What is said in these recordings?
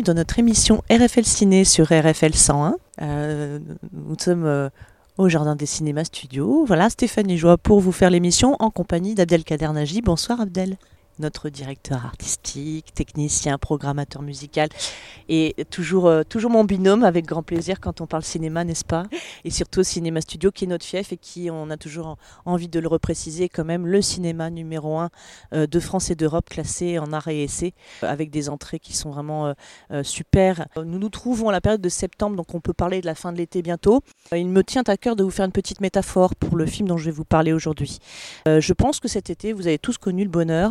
dans notre émission RFL Ciné sur RFL 101. Nous sommes au Jardin des Cinémas Studios. Voilà, Stéphanie Joie pour vous faire l'émission en compagnie d'Abdelkader Nagy. Bonsoir Abdel. Notre directeur artistique, technicien, programmateur musical et toujours mon binôme avec grand plaisir quand on parle cinéma, n'est-ce pas? Et surtout Cinéma Studio qui est notre fief et qui, on a toujours envie de le repréciser, quand même le cinéma numéro 1 de France et d'Europe classé en art et essai avec des entrées qui sont vraiment super. Nous nous trouvons à la période de septembre, donc on peut parler de la fin de l'été bientôt. Il me tient à cœur de vous faire une petite métaphore pour le film dont je vais vous parler aujourd'hui. Je pense que cet été, vous avez tous connu le bonheur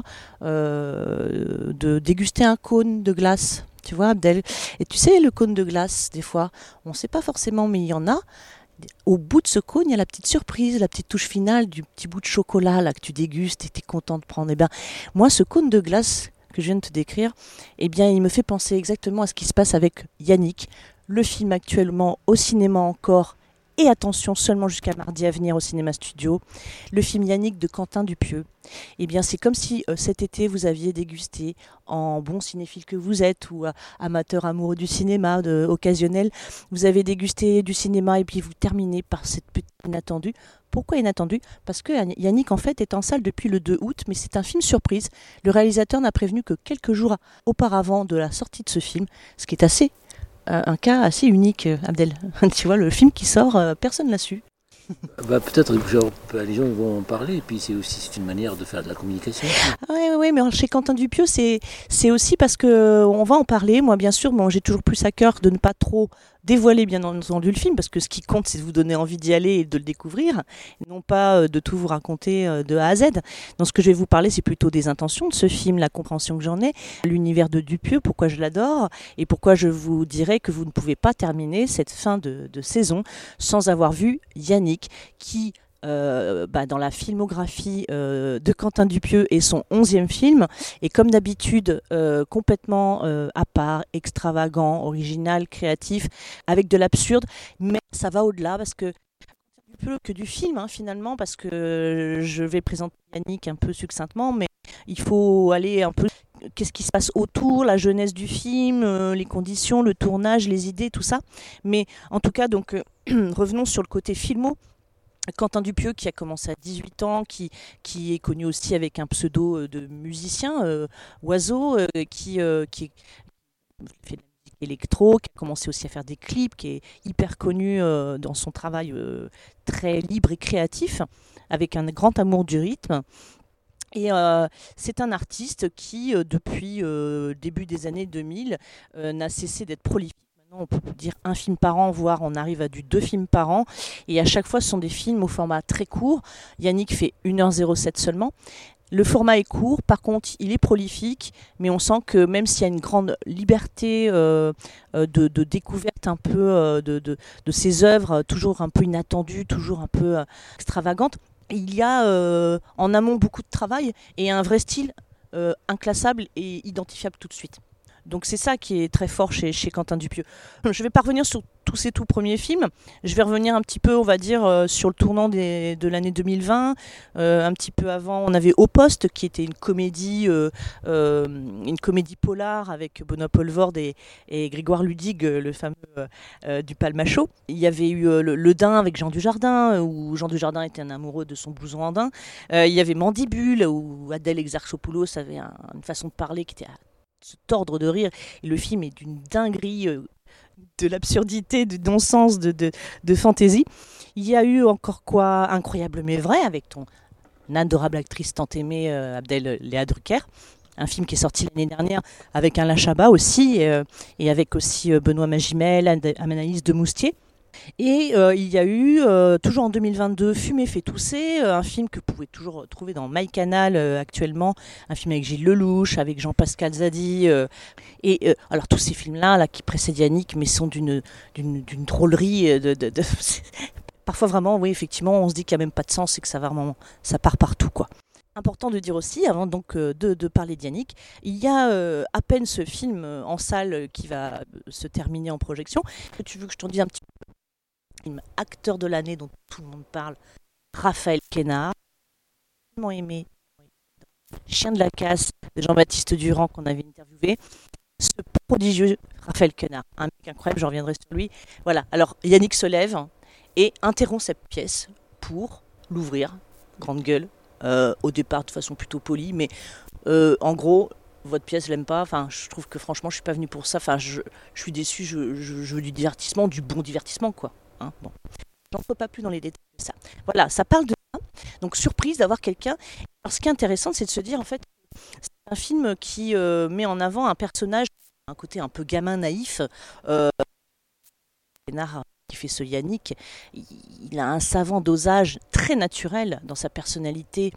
de déguster un cône de glace, tu vois Abdel. Et tu sais, le cône de glace, des fois, on ne sait pas forcément, mais il y en a. Au bout de ce cône, il y a la petite surprise, la petite touche finale du petit bout de chocolat là, que tu dégustes et tu es content de prendre. Et bien, moi, ce cône de glace que je viens de te décrire, eh bien, il me fait penser exactement à ce qui se passe avec Yannick, le film actuellement au cinéma encore. Et attention, seulement jusqu'à mardi à venir au Cinéma Studio, le film Yannick de Quentin Dupieux. Eh bien, c'est comme si cet été, vous aviez dégusté, en bon cinéphile que vous êtes, ou amateur amoureux du cinéma, occasionnel, vous avez dégusté du cinéma et puis vous terminez par cette petite inattendue. Pourquoi inattendue? Parce que Yannick, en fait, est en salle depuis le 2 août, mais c'est un film surprise. Le réalisateur n'a prévenu que quelques jours auparavant de la sortie de ce film, ce qui est assez... un cas assez unique, Abdel. Tu vois, le film qui sort, personne ne l'a su. Peut-être que les gens vont en parler, et puis c'est une manière de faire de la communication. Oui, mais chez Quentin Dupieux, c'est aussi parce qu'on va en parler. Moi, bien sûr, j'ai toujours plus à cœur de ne pas trop dévoiler, bien entendu, le film, parce que ce qui compte, c'est de vous donner envie d'y aller et de le découvrir, et non pas de tout vous raconter de A à Z. Donc, ce que je vais vous parler, c'est plutôt des intentions de ce film, la compréhension que j'en ai, l'univers de Dupieux, pourquoi je l'adore, et pourquoi je vous dirais que vous ne pouvez pas terminer cette fin de saison sans avoir vu Yannick, qui... dans la filmographie de Quentin Dupieux est son 11e film et comme d'habitude complètement à part, extravagant, original, créatif, avec de l'absurde, mais ça va au-delà parce que que du film finalement, parce que je vais présenter Yannick un peu succinctement, mais il faut aller un peu qu'est-ce qui se passe autour, la jeunesse du film, les conditions, le tournage, les idées, tout ça. Mais en tout cas, donc revenons sur le côté filmo. Quentin Dupieux qui a commencé à 18 ans, qui est connu aussi avec un pseudo de musicien, Oiseau, qui fait de la musique électro, qui a commencé aussi à faire des clips, qui est hyper connu dans son travail très libre et créatif, avec un grand amour du rythme. Et c'est un artiste qui, depuis début des années 2000, n'a cessé d'être prolifique. On peut dire un film par an, voire on arrive à du 2 films par an. Et à chaque fois, ce sont des films au format très court. Yannick fait 1h07 seulement. Le format est court, par contre, il est prolifique, mais on sent que même s'il y a une grande liberté de découverte un peu de ses œuvres, toujours un peu inattendues, toujours un peu extravagantes, il y a en amont beaucoup de travail et un vrai style inclassable et identifiable tout de suite. Donc c'est ça qui est très fort chez Quentin Dupieux. Je ne vais pas revenir sur tous ces tout premiers films. Je vais revenir un petit peu, on va dire, sur le tournant de l'année 2020. Un petit peu avant, on avait Au Poste, qui était une comédie polar avec Benoît Poelvoorde et Grégoire Ludig, le fameux du Palmachot. Il y avait eu le Dain avec Jean Dujardin, où Jean Dujardin était un amoureux de son blouson andin. Il y avait Mandibule, où Adèle Exarchopoulos avait une façon de parler qui était se tordre de rire, et le film est d'une dinguerie, de l'absurdité, du non-sens, de fantaisie. Il y a eu encore quoi, Incroyable mais vrai, avec ton adorable actrice tant aimée Abdel Léa Drucker, un film qui est sorti l'année dernière avec Alain Chabat aussi, et avec aussi Benoît Magimel, Anaïs de Moustier. Et il y a eu, toujours en 2022, Fumer fait tousser, un film que vous pouvez toujours trouver dans MyCanal actuellement, un film avec Gilles Lelouch, avec Jean-Pascal Zadi. Alors tous ces films-là qui précèdent Yannick, mais sont d'une drôlerie. Parfois vraiment, oui, effectivement, on se dit qu'il n'y a même pas de sens et que ça part partout, quoi. Important de dire aussi, avant donc de parler de Yannick, il y a à peine ce film en salle qui va se terminer en projection. Tu veux que je t'en dise un petit peu? Acteur de l'année dont tout le monde parle, Raphaël Quénard, tellement aimé, Chien de la casse de Jean-Baptiste Durand qu'on avait interviewé, ce prodigieux Raphaël Quenard, un mec incroyable, je reviendrai sur lui. Voilà, alors Yannick se lève et interrompt cette pièce pour l'ouvrir, grande gueule, au départ de façon plutôt polie, mais en gros, votre pièce, je l'aime pas, enfin, je trouve que franchement, je suis pas venue pour ça, enfin, je suis déçue, je veux du divertissement, du bon divertissement, quoi. Hein, bon. J'entre pas plus dans les détails de ça. Voilà, ça parle de ça, donc surprise d'avoir quelqu'un. Alors, ce qui est intéressant, c'est de se dire, en fait, c'est un film qui met en avant un personnage, un côté un peu gamin naïf, Lénard qui fait ce Yannick, il a un savant dosage très naturel dans sa personnalité,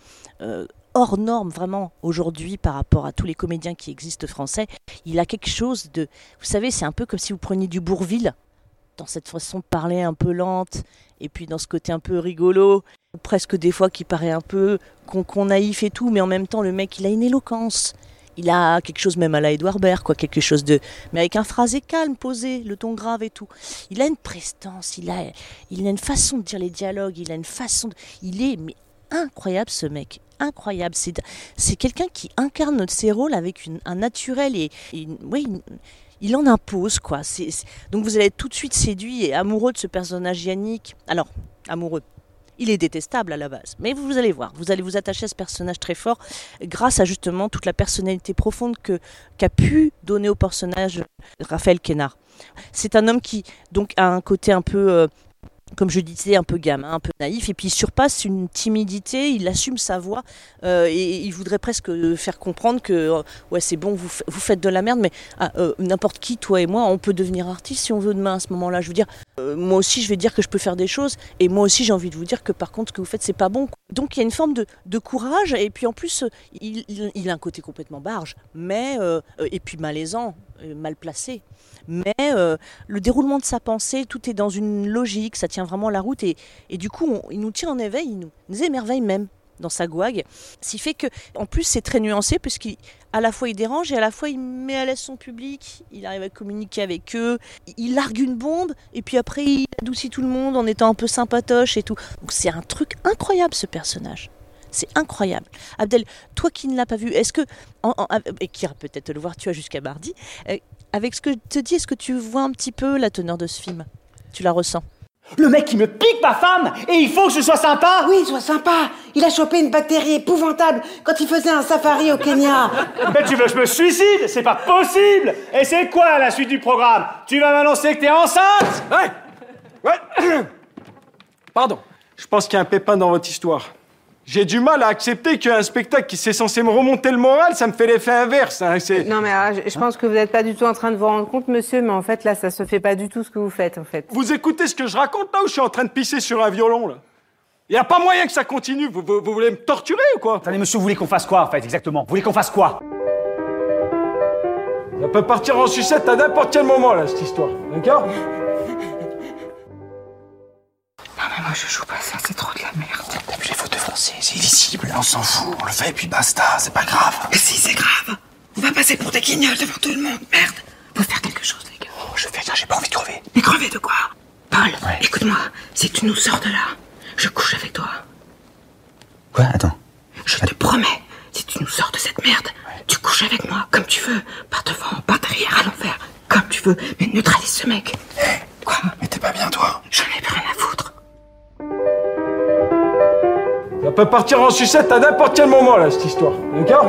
hors norme vraiment aujourd'hui par rapport à tous les comédiens qui existent français. Il a quelque chose de... Vous savez, c'est un peu comme si vous preniez du Bourvil, dans cette façon de parler un peu lente, et puis dans ce côté un peu rigolo, presque des fois qui paraît un peu con naïf et tout, mais en même temps le mec il a une éloquence. Il a quelque chose même à la Edouard Baird, quoi, quelque chose de... Mais avec un phrasé calme, posé, le ton grave et tout. Il a une prestance, il a une façon de dire les dialogues, il a une façon de... Il est mais incroyable ce mec, incroyable. C'est quelqu'un qui incarne ses rôles avec un naturel oui, il en impose, quoi. Donc vous allez être tout de suite séduit et amoureux de ce personnage Yannick. Alors, amoureux. Il est détestable à la base, mais vous allez voir, vous allez vous attacher à ce personnage très fort grâce à justement toute la personnalité profonde qu'a pu donner au personnage Raphaël Quenard. C'est un homme qui donc a un côté un peu, comme je disais, un peu gamin, un peu naïf, et puis il surpasse une timidité, il assume sa voix, et il voudrait presque faire comprendre que ouais c'est bon, vous faites de la merde, mais n'importe qui, toi et moi, on peut devenir artiste si on veut demain à ce moment-là. Je veux dire, moi aussi je vais dire que je peux faire des choses, et moi aussi j'ai envie de vous dire que par contre ce que vous faites c'est pas bon. Donc il y a une forme de courage, et puis en plus il a un côté complètement barge, mais et puis malaisant, mal placé. Mais le déroulement de sa pensée, tout est dans une logique, ça tient vraiment la route, et du coup il nous tient en éveil, il nous émerveille même dans sa gouague, ce qui fait que en plus c'est très nuancé puisqu'à la fois il dérange et à la fois il met à l'aise son public, il arrive à communiquer avec eux, il largue une bombe et puis après il adoucit tout le monde en étant un peu sympatoche et tout. Donc c'est un truc incroyable ce personnage. C'est incroyable. Abdel, toi qui ne l'as pas vu, est-ce que, et qui ira peut-être le voir, tu as jusqu'à mardi, avec ce que je te dis, est-ce que tu vois un petit peu la teneur de ce film? Tu la ressens? Le mec qui me pique ma femme et il faut que je sois sympa. Oui, sois sympa. Il a chopé une bactérie épouvantable quand il faisait un safari au Kenya. Ben tu veux que je me suicide? C'est pas possible. Et c'est quoi la suite du programme? Tu vas m'annoncer que t'es enceinte? Ouais. Pardon. Je pense qu'il y a un pépin dans votre histoire. J'ai du mal à accepter qu'un spectacle qui s'est censé me remonter le moral, ça me fait l'effet inverse. Hein, non mais je pense que vous n'êtes pas du tout en train de vous rendre compte, monsieur, mais en fait là, ça se fait pas du tout ce que vous faites, en fait. Vous écoutez ce que je raconte là ou je suis en train de pisser sur un violon là? Y a pas moyen que ça continue. Vous voulez me torturer ou quoi? Attendez, monsieur, vous voulez qu'on fasse quoi en fait exactement? Vous voulez qu'on fasse quoi? Ça peut partir en sucette à n'importe quel moment là, cette histoire. D'accord? Non mais moi je joue pas ça, c'est trop de la merde. T'as vu les fautes de français, c'est illisible, on s'en fout, on le fait et puis basta, c'est pas grave. Mais si, c'est grave. On va passer pour des guignols devant tout le monde. Merde. Faut faire quelque chose, les gars. Oh, je vais dire, j'ai pas envie de crever. Mais crever de quoi? Paul, Ouais. écoute-moi. Si tu nous sors de là, je couche avec toi. Quoi? Attends. Je te promets, si tu nous sors de cette merde, tu couches avec moi, comme tu veux. Par devant, par derrière, à l'envers. Comme tu veux, mais neutralise ce mec. Quoi? Mais t'es pas bien, toi? J'en ai plus rien à foutre. Ça peut partir en sucette à n'importe quel moment là, cette histoire. D'accord?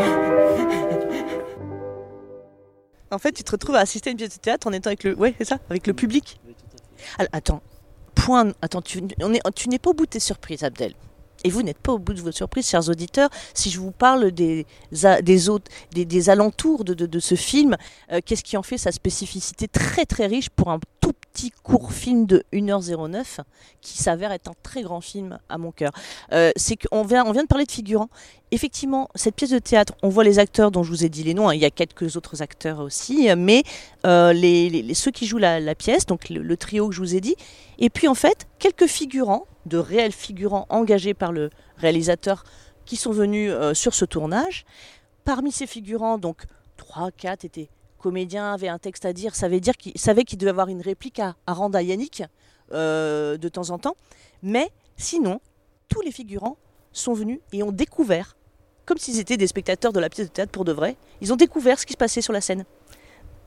En fait, tu te retrouves à assister à une pièce de théâtre en étant avec c'est ça, avec le public. Alors, attends, tu n'es pas au bout de tes surprises, Abdel. Et vous n'êtes pas au bout de vos surprises, chers auditeurs, si je vous parle des alentours de ce film. Qu'est-ce qui en fait sa spécificité très très riche pour un tout petit court film de 1h09 qui s'avère être un très grand film à mon cœur. C'est qu'on vient de parler de figurants. Effectivement, cette pièce de théâtre, on voit les acteurs dont je vous ai dit les noms, hein, il y a quelques autres acteurs aussi, mais ceux qui jouent la pièce, donc le trio que je vous ai dit, et puis en fait, quelques figurants, de réels figurants engagés par le réalisateur qui sont venus sur ce tournage. Parmi ces figurants, donc 3-4 étaient comédiens, avaient un texte à dire, savaient qu'ils devaient avoir une réplique à rendre à Yannick de temps en temps. Mais sinon, tous les figurants sont venus et ont découvert, comme s'ils étaient des spectateurs de la pièce de théâtre pour de vrai, ils ont découvert ce qui se passait sur la scène.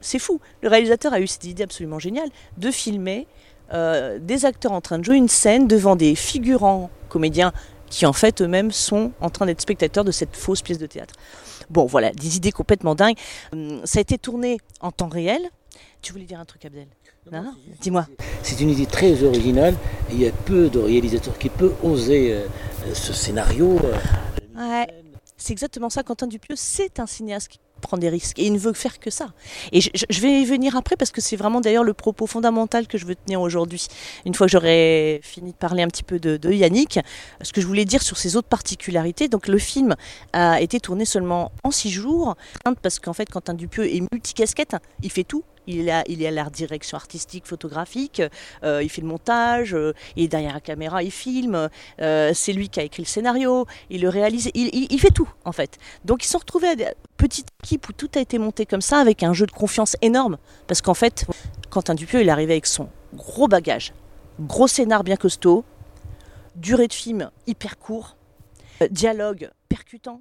c'est fou. Le réalisateur a eu cette idée absolument géniale de filmer des acteurs en train de jouer une scène devant des figurants comédiens qui en fait eux-mêmes sont en train d'être spectateurs de cette fausse pièce de théâtre. Bon voilà, des idées complètement dingues. Ça a été tourné en temps réel. Tu voulais dire un truc, Abdel ? Non, dis-moi. C'est une idée très originale et il y a peu de réalisateurs qui peuvent oser ce scénario. Ouais, c'est exactement ça. Quentin Dupieux, c'est un cinéaste qui prend des risques et il ne veut faire que ça. Et je vais y venir après parce que c'est vraiment d'ailleurs le propos fondamental que je veux tenir aujourd'hui. Une fois que j'aurai fini de parler un petit peu de Yannick, ce que je voulais dire sur ses autres particularités. Donc le film a été tourné seulement en 6 jours parce qu'en fait Quentin Dupieux est multicasquette, il fait tout. Il est à la direction artistique, photographique, il fait le montage, il est derrière la caméra, il filme, c'est lui qui a écrit le scénario, il le réalise, il fait tout en fait. Donc ils se sont retrouvés à une petite équipe où tout a été monté comme ça, avec un jeu de confiance énorme, parce qu'en fait, Quentin Dupieux, il est arrivé avec son gros bagage, gros scénar bien costaud, durée de film hyper court, dialogue percutant,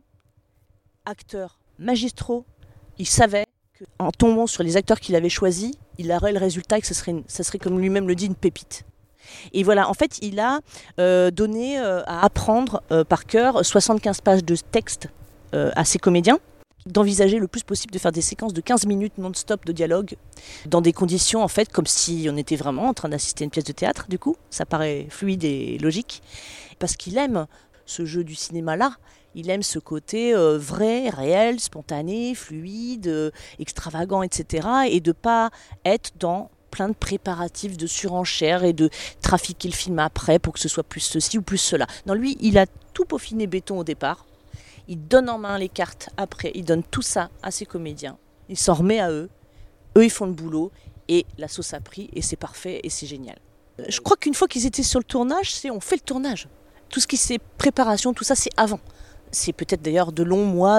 acteurs magistraux, il savait en tombant sur les acteurs qu'il avait choisis, il aurait le résultat et que ça serait, comme lui-même le dit, une pépite. Et voilà, en fait, il a donné à apprendre par cœur 75 pages de texte à ses comédiens, d'envisager le plus possible de faire des séquences de 15 minutes non-stop de dialogue, dans des conditions, en fait, comme si on était vraiment en train d'assister à une pièce de théâtre, du coup, ça paraît fluide et logique, parce qu'il aime ce jeu du cinéma-là. Il aime ce côté vrai, réel, spontané, fluide, extravagant, etc. Et de ne pas être dans plein de préparatifs de surenchère et de trafiquer le film après pour que ce soit plus ceci ou plus cela. Non, lui, il a tout peaufiné béton au départ. Il donne en main les cartes après. Il donne tout ça à ses comédiens. Il s'en remet à eux. Eux, ils font le boulot. Et la sauce a pris et c'est parfait et c'est génial. Je crois qu'une fois qu'ils étaient sur le tournage, on fait le tournage. Tout ce qui c'est préparation, tout ça, c'est avant. C'est peut-être d'ailleurs de longs mois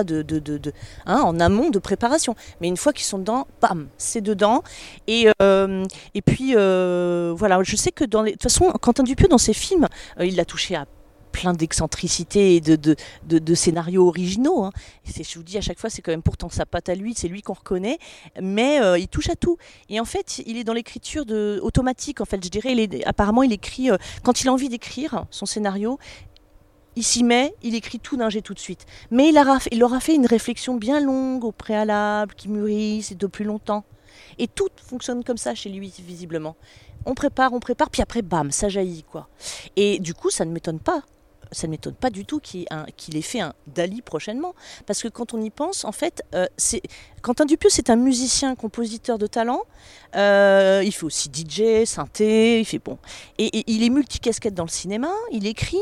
en amont de préparation. Mais une fois qu'ils sont dedans, bam, c'est dedans. Et puis, voilà, je sais que de toute façon, Quentin Dupieux, dans ses films, il l'a touché à plein d'excentricités et de scénarios originaux. Hein. Je vous dis à chaque fois, c'est quand même pourtant sa patte à lui, c'est lui qu'on reconnaît, mais il touche à tout. Et en fait, il est dans l'écriture automatique, en fait, je dirais. Apparemment, il écrit, quand il a envie d'écrire son scénario, il s'y met, il écrit tout d'un jet tout de suite. Mais il aura fait une réflexion bien longue au préalable, qui mûrisse et de plus longtemps. Et tout fonctionne comme ça chez lui, visiblement. On prépare, puis après, bam, ça jaillit, quoi. Et du coup, ça ne m'étonne pas. Ça ne m'étonne pas du tout qu'il ait fait un Dali prochainement. Parce que quand on y pense, en fait, Quentin Dupieux, c'est un musicien, compositeur de talent. Il fait aussi DJ, synthé, il fait bon. Et il est multicasquette dans le cinéma, il écrit.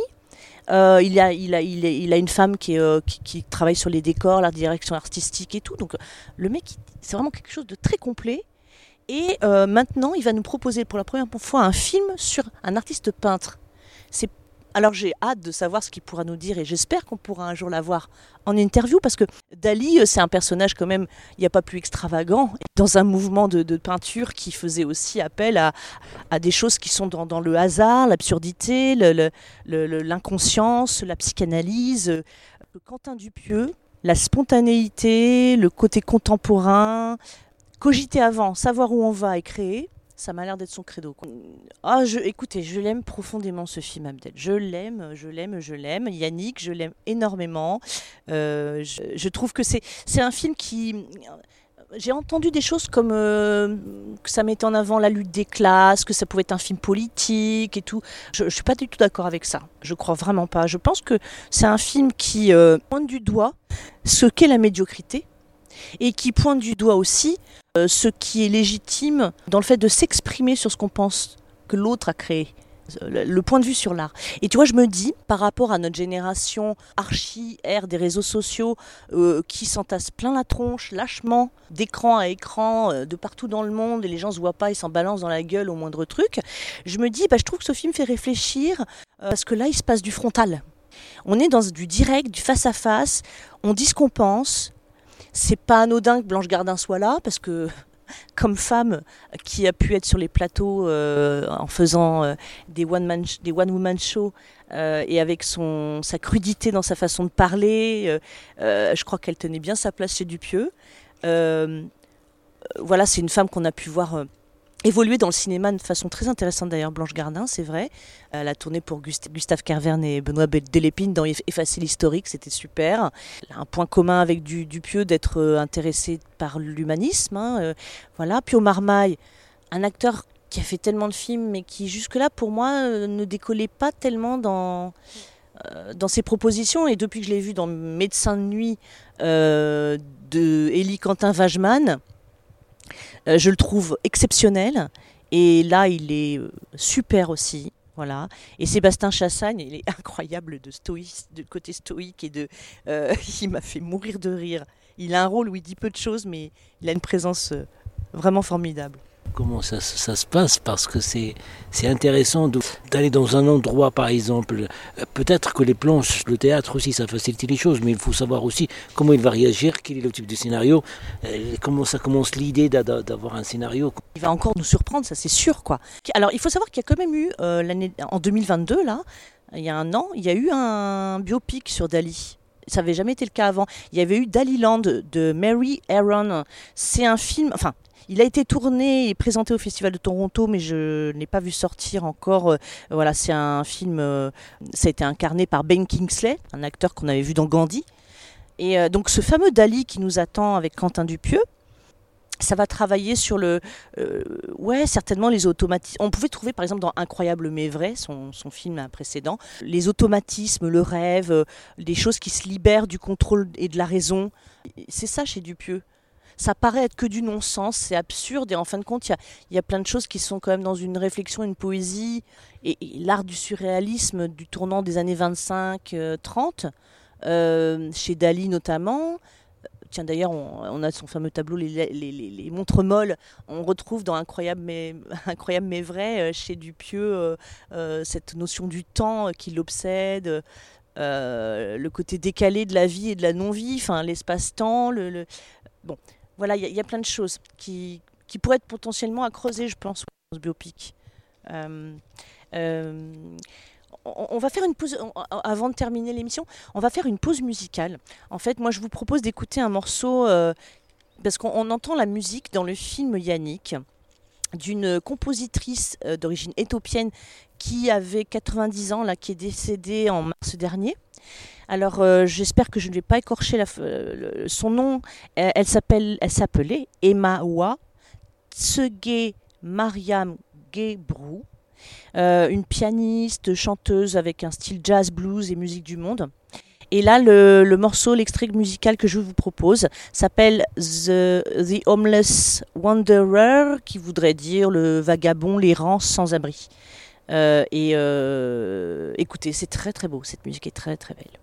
Il a une femme qui travaille sur les décors, la direction artistique et tout. Donc le mec, c'est vraiment quelque chose de très complet. Et maintenant, il va nous proposer pour la première fois un film sur un artiste peintre. Alors j'ai hâte de savoir ce qu'il pourra nous dire et j'espère qu'on pourra un jour l'avoir en interview parce que Dali, c'est un personnage quand même, il n'y a pas plus extravagant, dans un mouvement de peinture qui faisait aussi appel à des choses qui sont dans le hasard, l'absurdité, l'inconscience, la psychanalyse. Quentin Dupieux, la spontanéité, le côté contemporain, cogiter avant, savoir où on va et créer. Ça m'a l'air d'être son credo. Écoutez, je l'aime profondément ce film, Abdel. Je l'aime. Yannick, je l'aime énormément. Je trouve que c'est un film qui... J'ai entendu des choses comme que ça mettait en avant la lutte des classes, que ça pouvait être un film politique et tout. Je ne suis pas du tout d'accord avec ça. Je crois vraiment pas. Je pense que c'est un film qui pointe du doigt ce qu'est la médiocrité et qui pointe du doigt aussi ce qui est légitime dans le fait de s'exprimer sur ce qu'on pense que l'autre a créé, le point de vue sur l'art. Et tu vois, je me dis, par rapport à notre génération archi-ère des réseaux sociaux qui s'entassent plein la tronche, lâchement, d'écran à écran, de partout dans le monde, et les gens ne se voient pas, ils s'en balancent dans la gueule au moindre truc, je me dis, je trouve que ce film fait réfléchir, parce que là, il se passe du frontal. On est dans du direct, du face-à-face, on dit ce qu'on pense. C'est pas anodin que Blanche Gardin soit là, parce que comme femme qui a pu être sur les plateaux en faisant des one-woman shows et avec sa crudité dans sa façon de parler, je crois qu'elle tenait bien sa place chez Dupieux. voilà, c'est une femme qu'on a pu voir évoluer dans le cinéma de façon très intéressante d'ailleurs, Blanche Gardin, c'est vrai. Elle a tourné pour Gustave Kervern et Benoît Delépine dans Effacer l'historique, c'était super. Elle a un point commun avec Dupieux d'être intéressée par l'humanisme. Voilà. Pio Marmaille, un acteur qui a fait tellement de films, mais qui jusque-là, pour moi, ne décollait pas tellement dans ses propositions. Et depuis que je l'ai vu dans Médecin de nuit de Élie Quentin-Wageman, je le trouve exceptionnel. Et là, il est super aussi. Voilà. Et Sébastien Chassagne, il est incroyable de côté stoïque et il m'a fait mourir de rire. Il a un rôle où il dit peu de choses, mais il a une présence vraiment formidable. Comment ça se passe, parce que c'est intéressant d'aller dans un endroit, par exemple. Peut-être que les planches, le théâtre aussi, ça facilite les choses, mais il faut savoir aussi comment il va réagir, quel est le type de scénario, comment ça commence l'idée d'avoir un scénario. Il va encore nous surprendre, ça c'est sûr, quoi. Alors il faut savoir qu'il y a quand même eu, en 2022, là, il y a un an, il y a eu un biopic sur Dali. Ça n'avait jamais été le cas avant. Il y avait eu Daliland de Mary Aaron. C'est un film... Enfin, il a été tourné et présenté au Festival de Toronto, mais je ne l'ai pas vu sortir encore. Voilà, c'est un film... ça a été incarné par Ben Kingsley, un acteur qu'on avait vu dans Gandhi. Et donc ce fameux Dali qui nous attend avec Quentin Dupieux, ça va travailler sur certainement les automatismes. On pouvait trouver par exemple dans Incroyable mais vrai, son film précédent, les automatismes, le rêve, des choses qui se libèrent du contrôle et de la raison. C'est ça chez Dupieux. Ça paraît être que du non-sens, c'est absurde, et en fin de compte, il y a plein de choses qui sont quand même dans une réflexion, une poésie, et l'art du surréalisme du tournant des années 25-30, chez Dali notamment. Tiens, d'ailleurs, on a son fameux tableau, les montres molles. On retrouve dans Incroyable mais vrai, chez Dupieux, cette notion du temps qui l'obsède, le côté décalé de la vie et de la non-vie, enfin, l'espace-temps. Bon, voilà, il y a plein de choses qui pourraient être potentiellement à creuser, je pense, dans ce biopic. On va faire une pause, avant de terminer l'émission, on va faire une pause musicale. En fait, moi, je vous propose d'écouter un morceau, parce qu'on entend la musique dans le film Yannick, d'une compositrice d'origine éthiopienne qui avait 90 ans, là, qui est décédée en mars dernier. Alors, j'espère que je ne vais pas écorcher son nom. Elle s'appelait Emmaoua Tsege Mariam Gebru. Une pianiste, chanteuse avec un style jazz, blues et musique du monde. Et là, le morceau, l'extrait musical que je vous propose s'appelle The Homeless Wanderer, qui voudrait dire le vagabond, l'errant sans abri. Écoutez, c'est très très beau, cette musique est très très belle.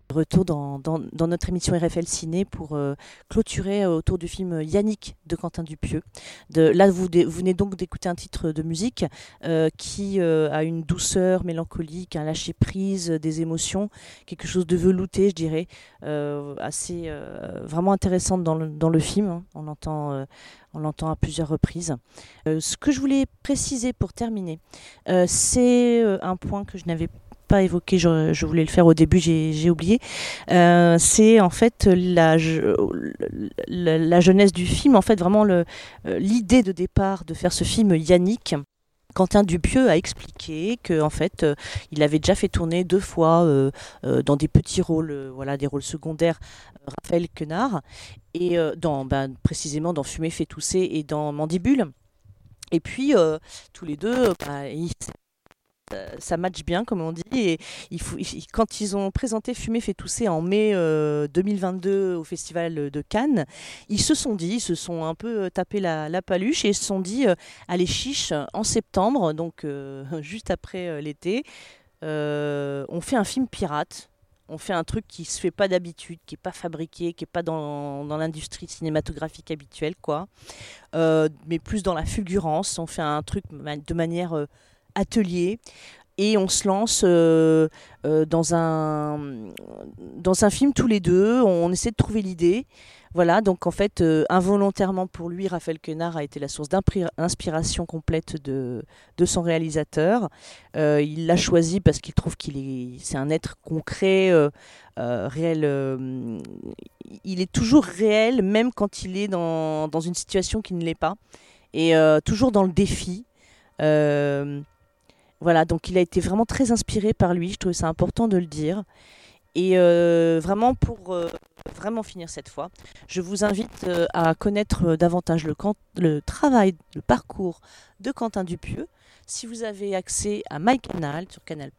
Retour dans notre émission RFL Ciné pour clôturer autour du film Yannick de Quentin Dupieux. Là, vous venez donc d'écouter un titre de musique qui a une douceur mélancolique, un lâcher-prise, des émotions, quelque chose de velouté, je dirais, assez vraiment intéressante dans le film. Hein. On l'entend à plusieurs reprises. Ce que je voulais préciser pour terminer, c'est un point que je n'avais pas évoqué, je voulais le faire au début, j'ai oublié. C'est en fait la jeunesse du film, en fait vraiment l'idée de départ de faire ce film Yannick. Quentin Dupieux a expliqué que en fait, il avait déjà fait tourner 2 fois dans des petits rôles, des rôles secondaires, Raphaël Quenard, et précisément dans Fumer fait tousser et dans Mandibule. Et puis tous les deux, ça match bien, comme on dit. Et quand ils ont présenté Fumer fait tousser en mai 2022 au Festival de Cannes, ils se sont un peu tapé la paluche et ils se sont dit allez chiche, en septembre, donc juste après l'été, on fait un film pirate. On fait un truc qui se fait pas d'habitude, qui est pas fabriqué, qui est pas dans l'industrie cinématographique habituelle, quoi. Mais plus dans la fulgurance. On fait un truc de manière atelier et on se lance dans un film tous les deux. On essaie de trouver l'idée. Voilà, donc en fait, involontairement pour lui, Raphaël Quenard a été la source d'inspiration complète de son réalisateur. Il l'a choisi parce qu'il trouve c'est un être concret, réel. Il est toujours réel, même quand il est dans une situation qui ne l'est pas. Et toujours dans le défi. Voilà, donc il a été vraiment très inspiré par lui. Je trouvais ça important de le dire. Et vraiment, pour vraiment finir cette fois, je vous invite à connaître davantage le travail, le parcours de Quentin Dupieux. Si vous avez accès à MyCanal sur Canal+,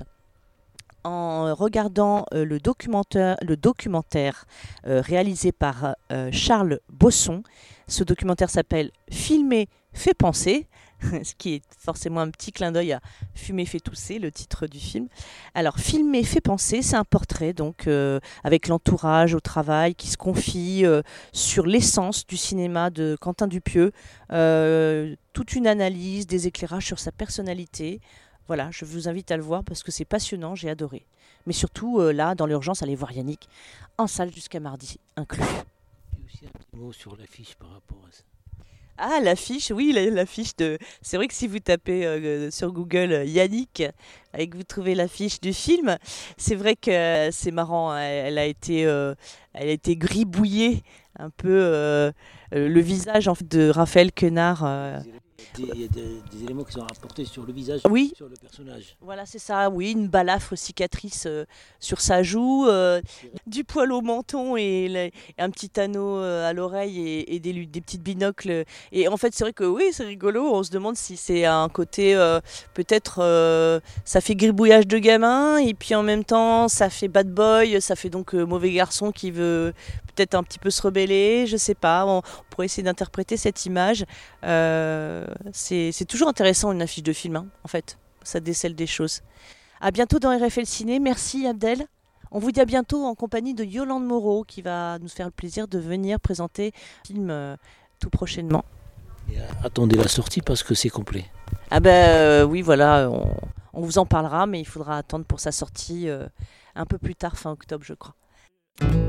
en regardant le documentaire réalisé par Charles Bosson. Ce documentaire s'appelle « Filmer fait penser », ce qui est forcément un petit clin d'œil à « Fumer fait tousser », le titre du film. Alors, « Filmer fait penser », c'est un portrait donc avec l'entourage au travail qui se confie sur l'essence du cinéma de Quentin Dupieux, toute une analyse, des éclairages sur sa personnalité. Voilà, je vous invite à le voir parce que c'est passionnant, j'ai adoré. Mais surtout, là, dans l'urgence, allez voir Yannick en salle jusqu'à mardi inclus. Et aussi un petit mot sur l'affiche par rapport à ça. Ah, l'affiche, oui, l'affiche de... C'est vrai que si vous tapez sur Google Yannick et que vous trouvez l'affiche du film, c'est vrai que c'est marrant, elle a été gribouillée un peu le visage en fait, de Raphaël Quenard. Il y a des éléments qui sont rapportés sur le visage, oui. Sur le personnage. Voilà, c'est ça, oui, une balafre cicatrice sur sa joue, du poil au menton et un petit anneau à l'oreille et des petites binocles. Et en fait, c'est vrai que oui, c'est rigolo, on se demande si c'est un côté, peut-être, ça fait gribouillage de gamin, et puis en même temps, ça fait bad boy, ça fait donc mauvais garçon qui veut peut-être un petit peu se rebeller, je sais pas, on pourrait essayer d'interpréter cette image. C'est toujours intéressant une affiche de film, hein, en fait, ça décèle des choses. À bientôt dans RFL Ciné, merci Abdel. On vous dit à bientôt en compagnie de Yolande Moreau qui va nous faire le plaisir de venir présenter le film tout prochainement. Et attendez la sortie parce que c'est complet. Ah ben oui, voilà, on vous en parlera, mais il faudra attendre pour sa sortie un peu plus tard, fin octobre je crois.